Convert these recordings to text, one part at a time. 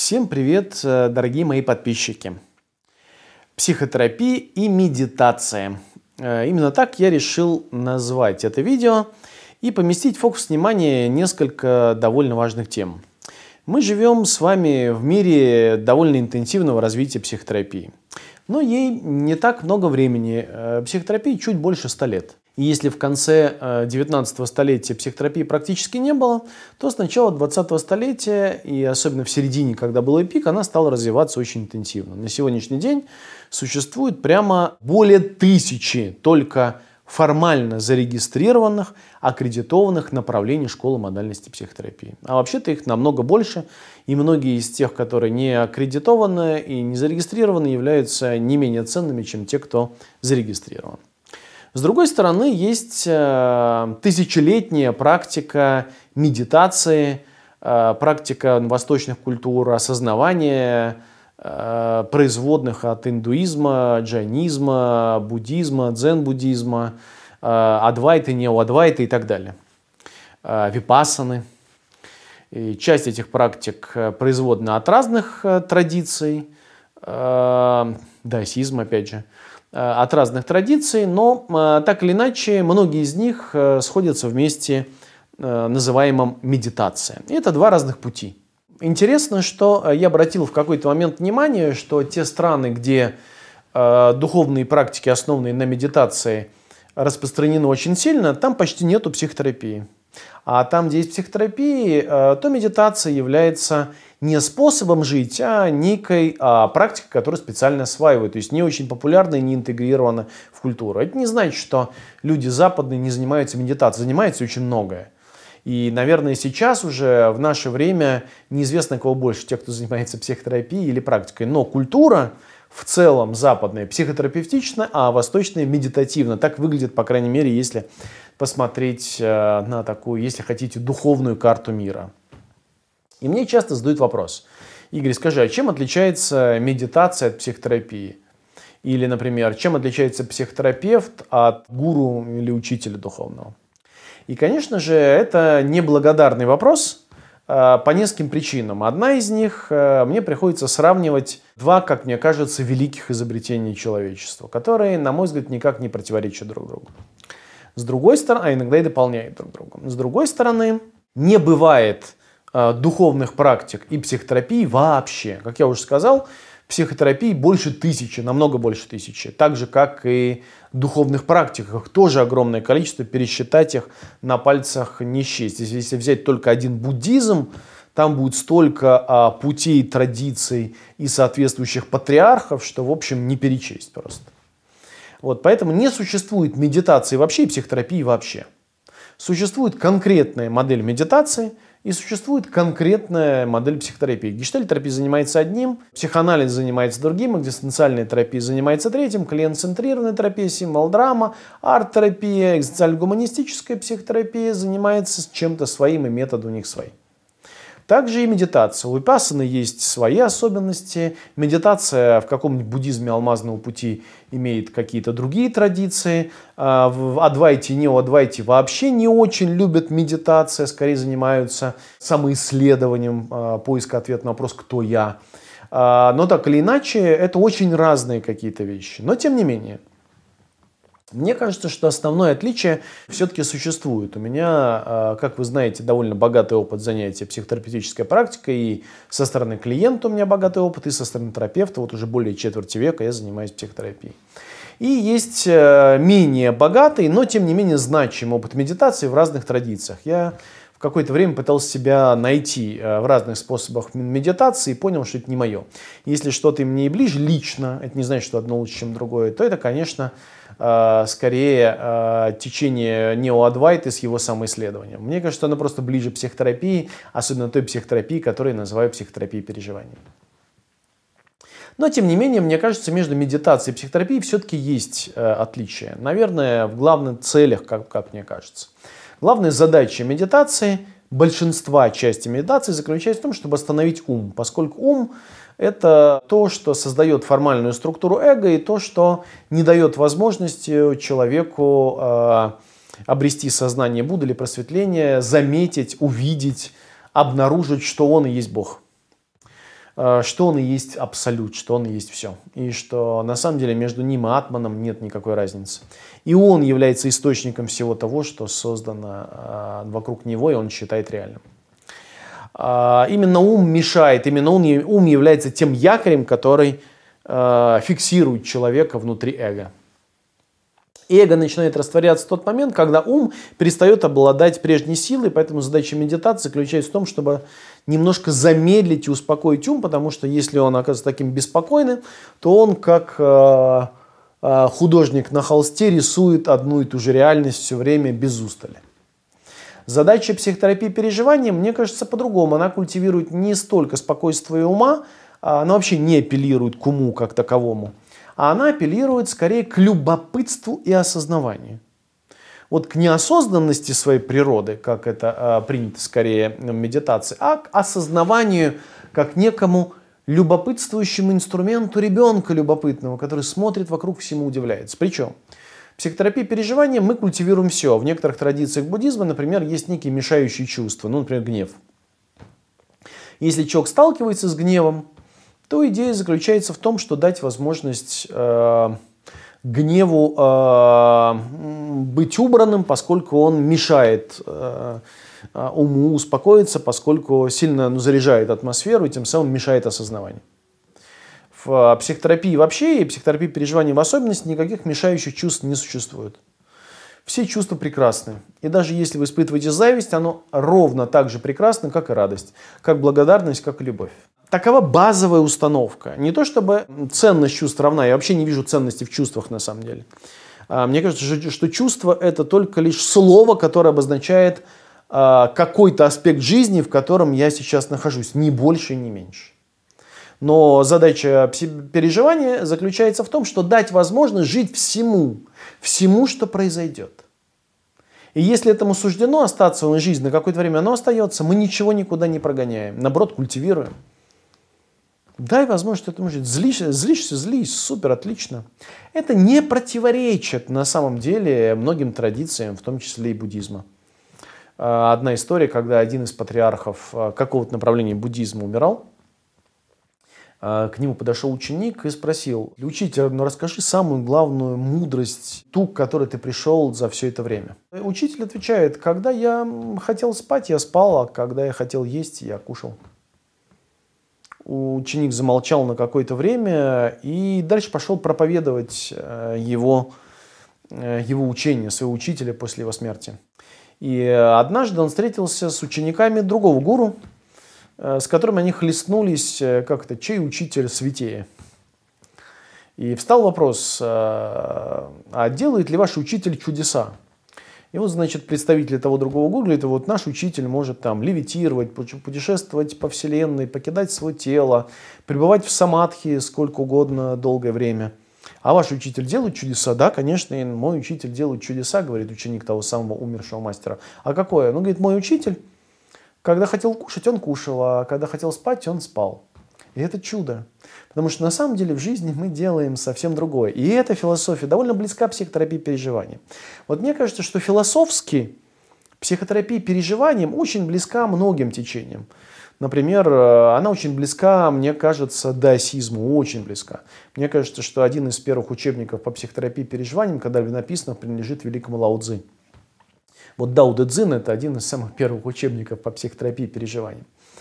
Всем привет, дорогие мои подписчики. Психотерапия и медитация. Именно так я решил назвать это видео и поместить в фокус внимания несколько довольно важных тем. Мы живем с вами в мире довольно интенсивного развития психотерапии. Но ей не так много времени. Психотерапии чуть больше 100 лет. И если в конце 19 столетия психотерапии практически не было, то с начала 20 столетия, и особенно в середине, когда был ее пик, она стала развиваться очень интенсивно. На сегодняшний день существует прямо более 1000 только формально зарегистрированных, аккредитованных направлений школы модальности психотерапии. А вообще-то их намного больше, и многие из тех, которые не аккредитованы и не зарегистрированы, являются не менее ценными, чем те, кто зарегистрирован. С другой стороны, есть тысячелетняя практика медитации, практика восточных культур, осознавания, производных от индуизма, джайнизма, буддизма, дзен-буддизма, адвайты, неоадвайты и так далее. Випассаны. И часть этих практик производна от разных традиций, даосизм, опять же, от разных традиций, но так или иначе многие из них сходятся вместе называемом медитация. И это два разных пути. Интересно, что я обратил в какой-то момент внимание, что те страны, где духовные практики, основанные на медитации, распространены очень сильно, там почти нету психотерапии. А там, где есть психотерапия, то медитация является не способом жить, а некой практикой, которую специально осваивают. То есть не очень популярна и не интегрирована в культуру. Это не значит, что люди западные не занимаются медитацией. Занимаются очень многое. И, наверное, сейчас уже в наше время неизвестно, кого больше, тех, кто занимается психотерапией или практикой. Но культура в целом западная психотерапевтична, а восточная медитативна. Так выглядит, по крайней мере, если посмотреть на такую, если хотите, духовную карту мира. И мне часто задают вопрос: Игорь, скажи, а чем отличается медитация от психотерапии? Или, например, чем отличается психотерапевт от гуру или учителя духовного? И, конечно же, это неблагодарный вопрос по нескольким причинам. Одна из них, мне приходится сравнивать два, как мне кажется, великих изобретения человечества, которые, на мой взгляд, никак не противоречат друг другу. С другой стороны, а иногда и дополняют друг друга. С другой стороны, не бывает духовных практик и психотерапии вообще. Как я уже сказал, психотерапии больше 1000, намного больше 1000. Так же, как и духовных практиках, тоже огромное количество, пересчитать их на пальцах не счесть. Если взять только один буддизм, там будет столько путей, традиций и соответствующих патриархов, что, в общем, не перечесть просто. Вот, поэтому не существует медитации вообще и психотерапии вообще. Существует конкретная модель медитации и существует конкретная модель психотерапии. Гештальт-терапия занимается одним, психоанализ занимается другим, экзистенциальная терапия занимается третьим, клиент-центрированная терапия, символ-драма, арт-терапия, экзистенциально-гуманистическая психотерапия занимается чем-то своим, и методы у них свои. Также и медитация. У випассаны есть свои особенности. Медитация в каком-нибудь буддизме алмазного пути имеет какие-то другие традиции. В адвайте, неоадвайте вообще не очень любят медитацию, скорее занимаются самоисследованием, поиска ответа на вопрос «Кто я?». Но так или иначе, это очень разные какие-то вещи. Но тем не менее. Мне кажется, что основное отличие все-таки существует. У меня, как вы знаете, довольно богатый опыт занятия психотерапевтической практикой. И со стороны клиента у меня богатый опыт, и со стороны терапевта. Вот уже более четверти века я занимаюсь психотерапией. И есть менее богатый, но тем не менее значимый опыт медитации в разных традициях. Я в какое-то время пытался себя найти в разных способах медитации и понял, что это не мое. Если что-то мне и ближе лично, это не значит, что одно лучше, чем другое, то это, конечно, скорее течение неоадвайты с его самоисследованием. Мне кажется, что оно просто ближе к психотерапии, особенно той психотерапии, которую я называю психотерапией переживаний. Но, тем не менее, мне кажется, между медитацией и психотерапией все-таки есть отличия. Наверное, в главных целях, как мне кажется. Главная задача медитации, большинства части медитации заключается в том, чтобы остановить ум, поскольку ум – это то, что создает формальную структуру эго и то, что не дает возможности человеку обрести сознание Будды или просветление, заметить, увидеть, обнаружить, что он и есть Бог. что он и есть абсолют, что он и есть все. И что на самом деле между ним и атманом нет никакой разницы. И он является источником всего того, что создано вокруг него, и он считает реальным. Именно ум мешает, именно ум является тем якорем, который фиксирует человека внутри эго. Эго начинает растворяться в тот момент, когда ум перестает обладать прежней силой, поэтому задача медитации заключается в том, чтобы немножко замедлить и успокоить ум, потому что если он оказывается таким беспокойным, то он как художник на холсте рисует одну и ту же реальность все время без устали. Задача психотерапии переживания, мне кажется, по-другому. Она культивирует не столько спокойствие ума, она вообще не апеллирует к уму как таковому, а она апеллирует скорее к любопытству и осознаванию. Вот к неосознанности своей природы, как это принято скорее в медитации, а к осознаванию как некому любопытствующему инструменту ребенка любопытного, который смотрит вокруг, всему удивляется. Причем в психотерапии переживания мы культивируем все. В некоторых традициях буддизма, например, есть некие мешающие чувства, ну, например, гнев. Если человек сталкивается с гневом, то идея заключается в том, что дать возможность гневу быть убранным, поскольку он мешает уму успокоиться, поскольку сильно заряжает атмосферу и тем самым мешает осознаванию. В психотерапии вообще и психотерапии переживаний в особенности никаких мешающих чувств не существует. Все чувства прекрасны. И даже если вы испытываете зависть, оно ровно так же прекрасно, как и радость, как благодарность, как и любовь. Такова базовая установка. Не то чтобы ценность чувств равна, я вообще не вижу ценности в чувствах на самом деле. Мне кажется, что чувство – это только лишь слово, которое обозначает какой-то аспект жизни, в котором я сейчас нахожусь, ни больше, ни меньше. Но задача переживания заключается в том, что дать возможность жить всему, что произойдет. И если этому суждено остаться в жизни на какое-то время, оно остается, мы ничего никуда не прогоняем, наоборот, культивируем. Дай возможность этому жить. Злишься, злись, супер, отлично. Это не противоречит на самом деле многим традициям, в том числе и буддизма. Одна история, когда один из патриархов какого-то направления буддизма умирал, к нему подошел ученик и спросил: учитель, ну расскажи самую главную мудрость, ту, к которой ты пришел за все это время. И учитель отвечает: когда я хотел спать, я спал, а когда я хотел есть, я кушал. Ученик замолчал на какое-то время и дальше пошел проповедовать его учение, своего учителя после его смерти. И однажды он встретился с учениками другого гуру, с которыми они хлестнулись, как это, чей учитель святее. И встал вопрос: а делает ли ваш учитель чудеса? И вот, значит, представители того другого гуру говорит: вот наш учитель может там левитировать, путешествовать по вселенной, покидать свое тело, пребывать в самадхи сколько угодно долгое время. А ваш учитель делает чудеса? Да, конечно, и мой учитель делает чудеса, говорит ученик того самого умершего мастера. А какое? Ну, говорит, мой учитель, когда хотел кушать, он кушал, а когда хотел спать, он спал. И это чудо. Потому что на самом деле в жизни мы делаем совсем другое. И эта философия довольно близка психотерапии переживаний. Вот мне кажется, что философски психотерапия переживаниям очень близка многим течениям. Например, она очень близка, мне кажется, даосизму, очень близка. Мне кажется, что один из первых учебников по психотерапии переживаниям, когда-либо написано, принадлежит великому Лао Цзы. Вот Дао Дэ Цзин – это один из самых первых учебников по психотерапии переживаний.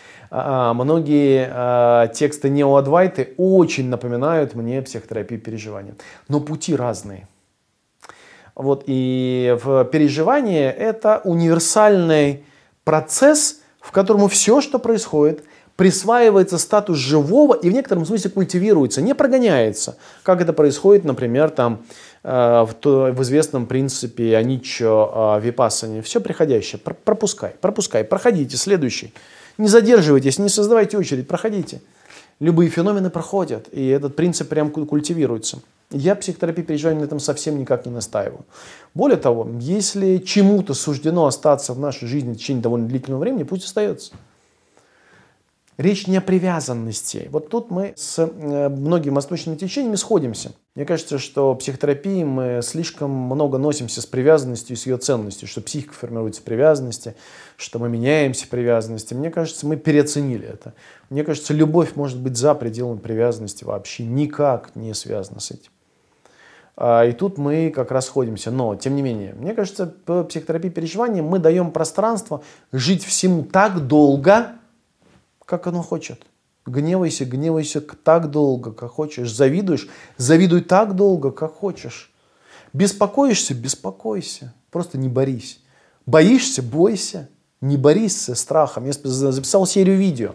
Многие тексты неоадвайты очень напоминают мне психотерапию переживания. Но пути разные. Вот, и в переживании это универсальный процесс, в котором все, что происходит, присваивается статус живого и в некотором смысле культивируется, не прогоняется. Как это происходит, например, там, в известном принципе аниччо випассане. Все приходящее. Пропускай, проходите, следующий. Не задерживайтесь, не создавайте очередь, проходите. Любые феномены проходят, и этот принцип прям культивируется. Я психотерапии переживаний на этом совсем никак не настаиваю. Более того, если чему-то суждено остаться в нашей жизни в течение довольно длительного времени, пусть остается. Речь не о привязанности. Вот тут мы с многими восточными течениями сходимся. Мне кажется, что в психотерапии мы слишком много носимся с привязанностью и с ее ценностью, что психика формируется в привязанности, что мы меняемся в привязанности. Мне кажется, мы переоценили это. Мне кажется, любовь может быть за пределами привязанности вообще никак не связана с этим. И тут мы как раз сходимся. Но, тем не менее, мне кажется, в психотерапии переживаний мы даем пространство жить всему так долго, как оно хочет. Гневайся, гневайся так долго, как хочешь. Завидуешь, завидуй так долго, как хочешь. Беспокоишься, беспокойся. Просто не борись. Боишься, бойся. Не борись со страхом. Я записал серию видео.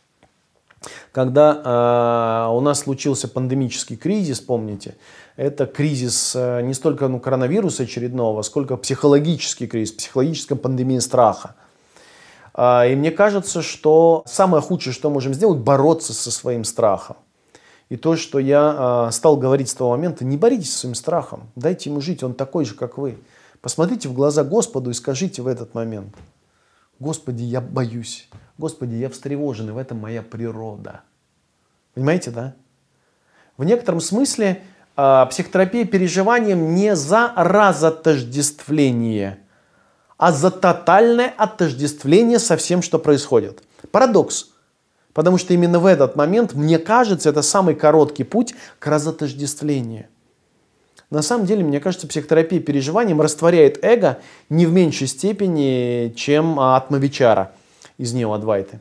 Когда у нас случился пандемический кризис, помните, это кризис не столько коронавируса очередного, сколько психологический кризис, психологическая пандемия страха. И мне кажется, что самое худшее, что мы можем сделать, бороться со своим страхом. И то, что я стал говорить с того момента, не боритесь со своим страхом, дайте ему жить, он такой же, как вы. Посмотрите в глаза Господу и скажите в этот момент: Господи, я боюсь, Господи, я встревожен, и в этом моя природа. Понимаете, да? В некотором смысле психотерапия переживанием не за разотождествление, а за тотальное отождествление со всем, что происходит. Парадокс. Потому что именно в этот момент, мне кажется, это самый короткий путь к разотождествлению. На самом деле, мне кажется, психотерапия переживанием растворяет эго не в меньшей степени, чем атмавичара из Нео-Адвайты.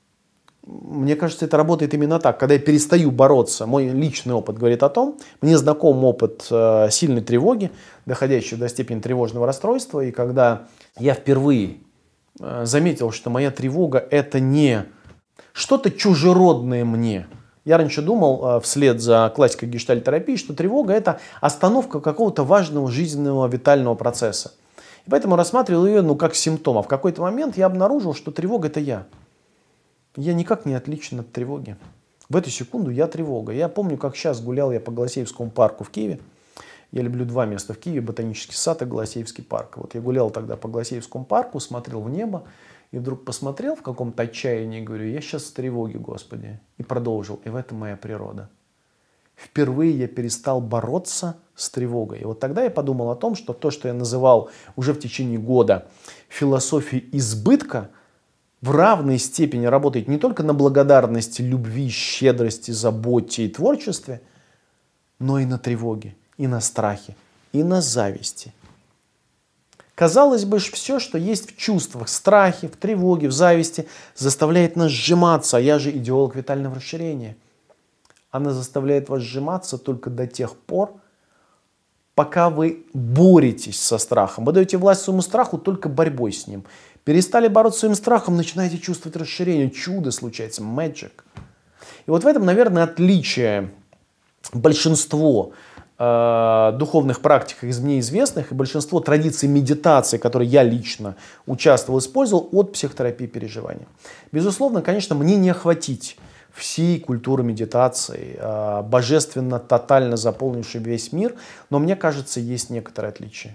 Мне кажется, это работает именно так. Когда я перестаю бороться, мой личный опыт говорит о том, мне знаком опыт сильной тревоги, доходящей до степени тревожного расстройства, и когда я впервые заметил, что моя тревога – это не что-то чужеродное мне. Я раньше думал, вслед за классикой гештальт-терапии, что тревога – это остановка какого-то важного жизненного витального процесса. И поэтому рассматривал ее как симптом. А в какой-то момент я обнаружил, что тревога – это я. Я никак не отличен от тревоги. В эту секунду я тревога. Я помню, как сейчас гулял я по Голосеевскому парку в Киеве. Я люблю два места в Киеве: Ботанический сад и Голосеевский парк. Вот я гулял тогда по Голосеевскому парку, смотрел в небо, и вдруг посмотрел в каком-то отчаянии, говорю: я сейчас в тревоге, Господи. И продолжил. И в этом моя природа. Впервые я перестал бороться с тревогой. И вот тогда я подумал о том, что то, что я называл уже в течение года философией избытка, в равной степени работает не только на благодарности, любви, щедрости, заботе и творчестве, но и на тревоге, и на страхе, и на зависти. Казалось бы, все, что есть в чувствах, в страхе, в тревоге, в зависти, заставляет нас сжиматься, а я же идеолог витального расширения. Она заставляет вас сжиматься только до тех пор, пока вы боретесь со страхом. Вы даете власть своему страху только борьбой с ним. Перестали бороться с своим страхом, начинаете чувствовать расширение. Чудо случается, magic. И вот в этом, наверное, отличие большинство духовных практик из мне известных и большинство традиций медитации, которые я лично участвовал, использовал, от психотерапии переживания. Безусловно, конечно, мне не охватить всей культуры медитации, божественно, тотально заполнившей весь мир, но мне кажется, есть некоторые отличия.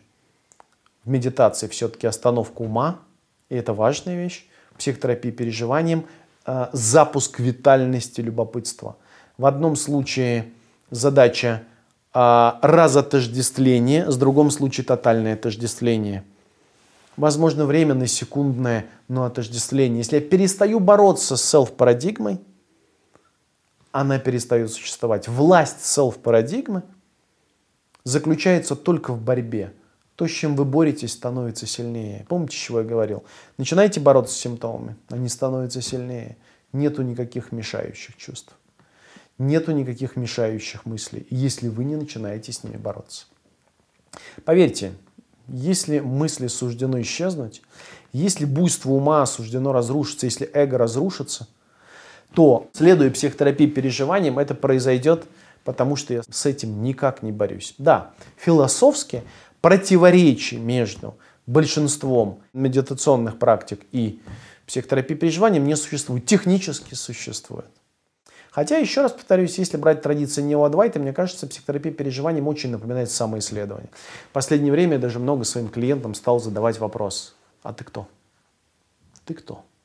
В медитации все-таки остановка ума, и это важная вещь. В психотерапии переживанием запуск витальности, любопытства. В одном случае задача разотождествление, в другом случае тотальное отождествление. Возможно, временное, секундное, но отождествление. Если я перестаю бороться с селф-парадигмой, она перестает существовать. Власть селф-парадигмы заключается только в борьбе. То, с чем вы боретесь, становится сильнее. Помните, с чего я говорил? Начинайте бороться с симптомами, они становятся сильнее. Нету никаких мешающих чувств. Нету никаких мешающих мыслей, если вы не начинаете с ними бороться. Поверьте, если мысли суждено исчезнуть, если буйство ума суждено разрушиться, если эго разрушится, то, следуя психотерапии переживаниям, это произойдет, потому что я с этим никак не борюсь. Да, философски противоречий между большинством медитационных практик и психотерапией переживаниям не существует, технически существует. Хотя, еще раз повторюсь, если брать традиции Нео-Адвайты, мне кажется, психотерапия переживаниям очень напоминает самоисследование. В последнее время я даже много своим клиентам стал задавать вопрос: а ты кто? Ты кто?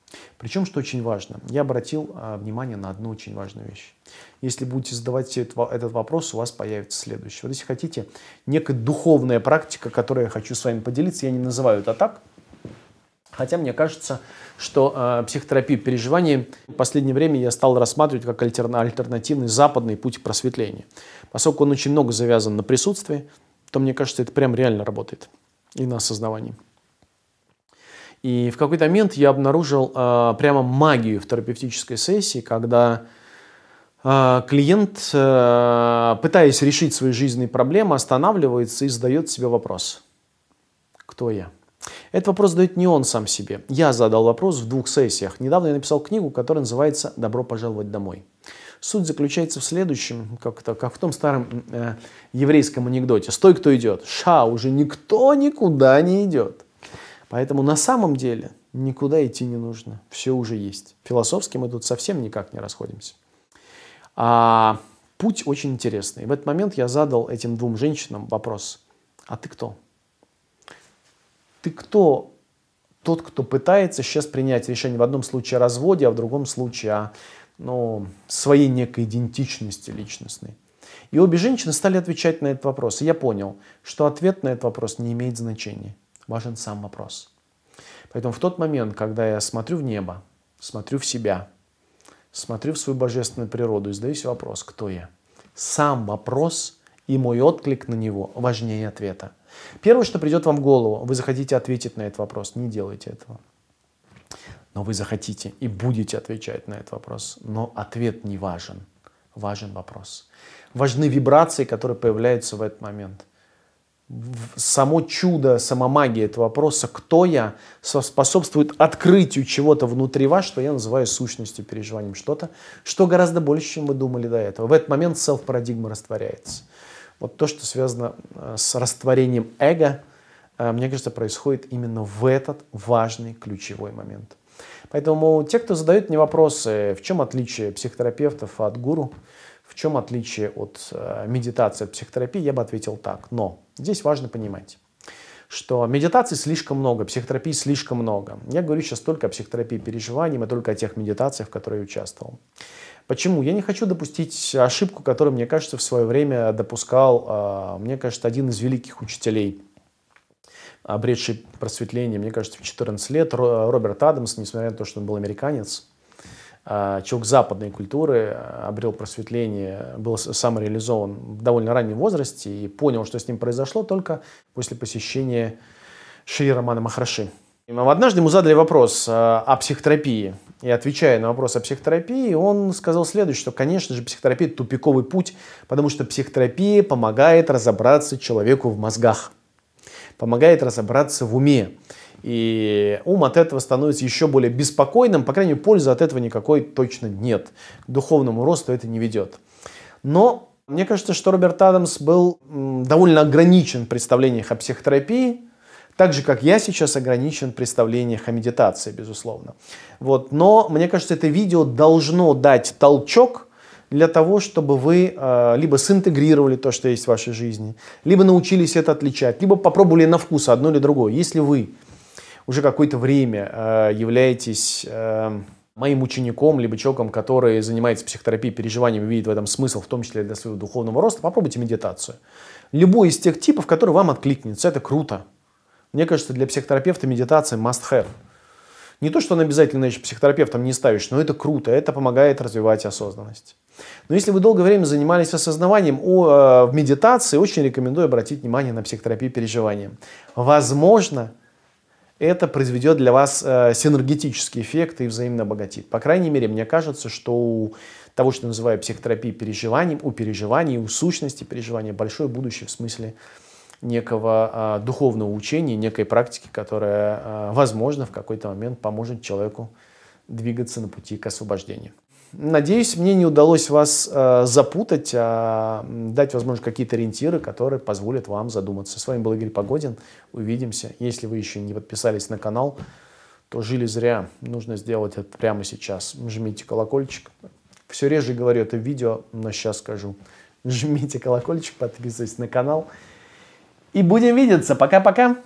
Причем, что очень важно, я обратил внимание на одну очень важную вещь. Если будете задавать этот вопрос, у вас появится следующее. Вот если хотите, некая духовная практика, которой я хочу с вами поделиться, я не называю это так, хотя мне кажется, что психотерапию переживаний в последнее время я стал рассматривать как альтернативный западный путь к просветлению. Поскольку он очень много завязан на присутствии, то мне кажется, это прям реально работает и на осознавании. И в какой-то момент я обнаружил прямо магию в терапевтической сессии, когда клиент, пытаясь решить свои жизненные проблемы, останавливается и задает себе вопрос: кто я? Этот вопрос задает не он сам себе. Я задал вопрос в 2 сессиях. Недавно я написал книгу, которая называется «Добро пожаловать домой». Суть заключается в следующем, как в том старом еврейском анекдоте. «Стой, кто идет!» Ша, уже никто никуда не идет. Поэтому на самом деле никуда идти не нужно. Все уже есть. Философски мы тут совсем никак не расходимся. А путь очень интересный. В этот момент я задал этим 2 женщинам вопрос: а ты кто? Ты кто? Тот, кто пытается сейчас принять решение в одном случае о разводе, а в другом случае о своей некой идентичности личностной. И обе женщины стали отвечать на этот вопрос. И я понял, что ответ на этот вопрос не имеет значения. Важен сам вопрос. Поэтому в тот момент, когда я смотрю в небо, смотрю в себя, смотрю в свою божественную природу и задаюсь вопрос: кто я? Сам вопрос и мой отклик на него важнее ответа. Первое, что придет вам в голову, вы захотите ответить на этот вопрос. Не делайте этого. Но вы захотите и будете отвечать на этот вопрос. Но ответ не важен. Важен вопрос. Важны вибрации, которые появляются в этот момент. Само чудо, сама магия этого вопроса «кто я?» способствует открытию чего-то внутри вас, что я называю сущностью, переживанием. Что-то, что гораздо больше, чем вы думали до этого. В этот момент селф-парадигма растворяется. Вот то, что связано с растворением эго, мне кажется, происходит именно в этот важный ключевой момент. Поэтому те, кто задают мне вопросы, в чем отличие психотерапевтов от гуру, в чем отличие от медитации, от психотерапии, я бы ответил так. Но здесь важно понимать, что медитаций слишком много, психотерапии слишком много. Я говорю сейчас только о психотерапии переживаний, и только о тех медитациях, в которых я участвовал. Почему? Я не хочу допустить ошибку, которую, мне кажется, в свое время допускал, мне кажется, один из великих учителей, обретший просветление, мне кажется, в 14 лет, Роберт Адамс, несмотря на то, что он был американец, человек западной культуры, обрел просветление, был самореализован в довольно раннем возрасте и понял, что с ним произошло только после посещения Шри Рамана Махарши. Однажды ему задали вопрос о психотерапии. И отвечая на вопрос о психотерапии, он сказал следующее, что, конечно же, психотерапия – это тупиковый путь, потому что психотерапия помогает разобраться человеку в мозгах, помогает разобраться в уме. И ум от этого становится еще более беспокойным, по крайней мере, пользы от этого никакой точно нет. К духовному росту это не ведет. Но мне кажется, что Роберт Адамс был довольно ограничен в представлениях о психотерапии, так же, как я сейчас ограничен в представлениях о медитации, безусловно. Вот. Но мне кажется, это видео должно дать толчок для того, чтобы вы либо синтегрировали то, что есть в вашей жизни, либо научились это отличать, либо попробовали на вкус одно или другое. Если вы уже какое-то время являетесь моим учеником, либо человеком, который занимается психотерапией, переживаниями, видит в этом смысл, в том числе для своего духовного роста, попробуйте медитацию. Любой из тех типов, который вам откликнется, это круто. Мне кажется, для психотерапевта медитация must have. Не то, что он обязательно еще психотерапевтом не ставишь, но это круто, это помогает развивать осознанность. Но если вы долгое время занимались осознаванием в медитации, очень рекомендую обратить внимание на психотерапию переживаниям. Возможно, это произведет для вас синергетический эффект и взаимно обогатит. По крайней мере, мне кажется, что у того, что называю психотерапией переживаний, у переживаний, у сущности переживания большое будущее в смысле некого духовного учения, некой практики, которая, возможно, в какой-то момент поможет человеку двигаться на пути к освобождению. Надеюсь, мне не удалось вас запутать, а дать, возможно, какие-то ориентиры, которые позволят вам задуматься. С вами был Игорь Погодин. Увидимся. Если вы еще не подписались на канал, то жили зря. Нужно сделать это прямо сейчас. Жмите колокольчик. Все реже говорю это в видео, но сейчас скажу. Жмите колокольчик, подписывайтесь на канал. И будем видеться. Пока-пока.